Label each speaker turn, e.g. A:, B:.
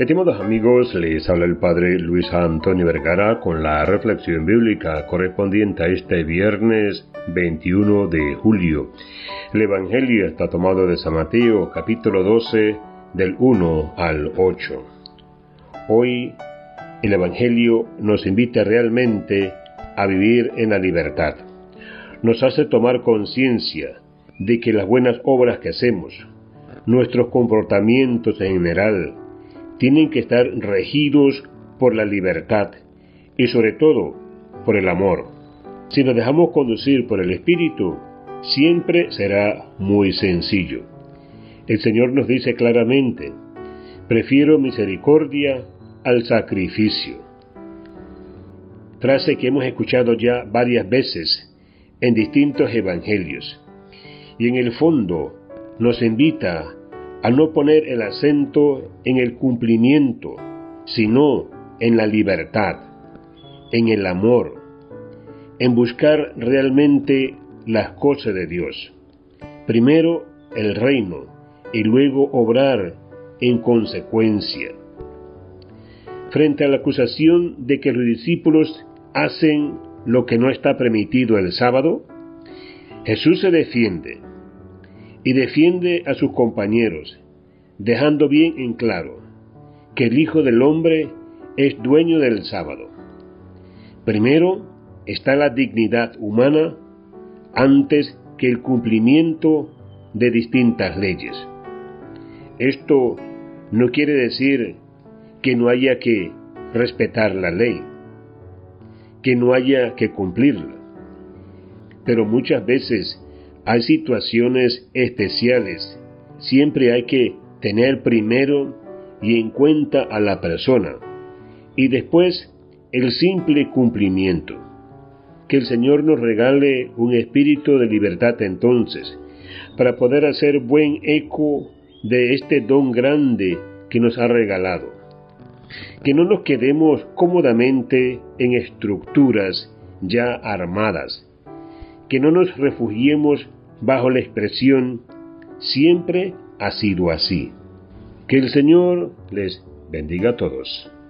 A: Estimados amigos, les habla el Padre Luis Antonio Vergara con la reflexión bíblica correspondiente a este viernes 21 de julio. El Evangelio está tomado de San Mateo, capítulo 12, del 1 al 8. Hoy, el Evangelio nos invita realmente a vivir en la libertad. Nos hace tomar conciencia de que las buenas obras que hacemos, nuestros comportamientos en general, tienen que estar regidos por la libertad y sobre todo por el amor. Si nos dejamos conducir por el Espíritu, siempre será muy sencillo. El Señor nos dice claramente: prefiero misericordia al sacrificio. Frase que hemos escuchado ya varias veces en distintos evangelios. Y en el fondo nos invita a no poner el acento en el cumplimiento, sino en la libertad, en el amor, en buscar realmente las cosas de Dios. Primero el reino y luego obrar en consecuencia. Frente a la acusación de que los discípulos hacen lo que no está permitido el sábado, Jesús se defiende y defiende a sus compañeros, dejando bien en claro que el Hijo del Hombre es dueño del sábado. Primero está la dignidad humana antes que el cumplimiento de distintas leyes. Esto no quiere decir que no haya que respetar la ley, que no haya que cumplirla, pero muchas veces hay situaciones especiales. Siempre hay que tener primero y en cuenta a la persona y después el simple cumplimiento. Que el Señor nos regale un espíritu de libertad entonces, para poder hacer buen eco de este don grande que nos ha regalado. Que no nos quedemos cómodamente en estructuras ya armadas. Que no nos refugiemos bajo la expresión siempre ha sido así. Que el Señor les bendiga a todos.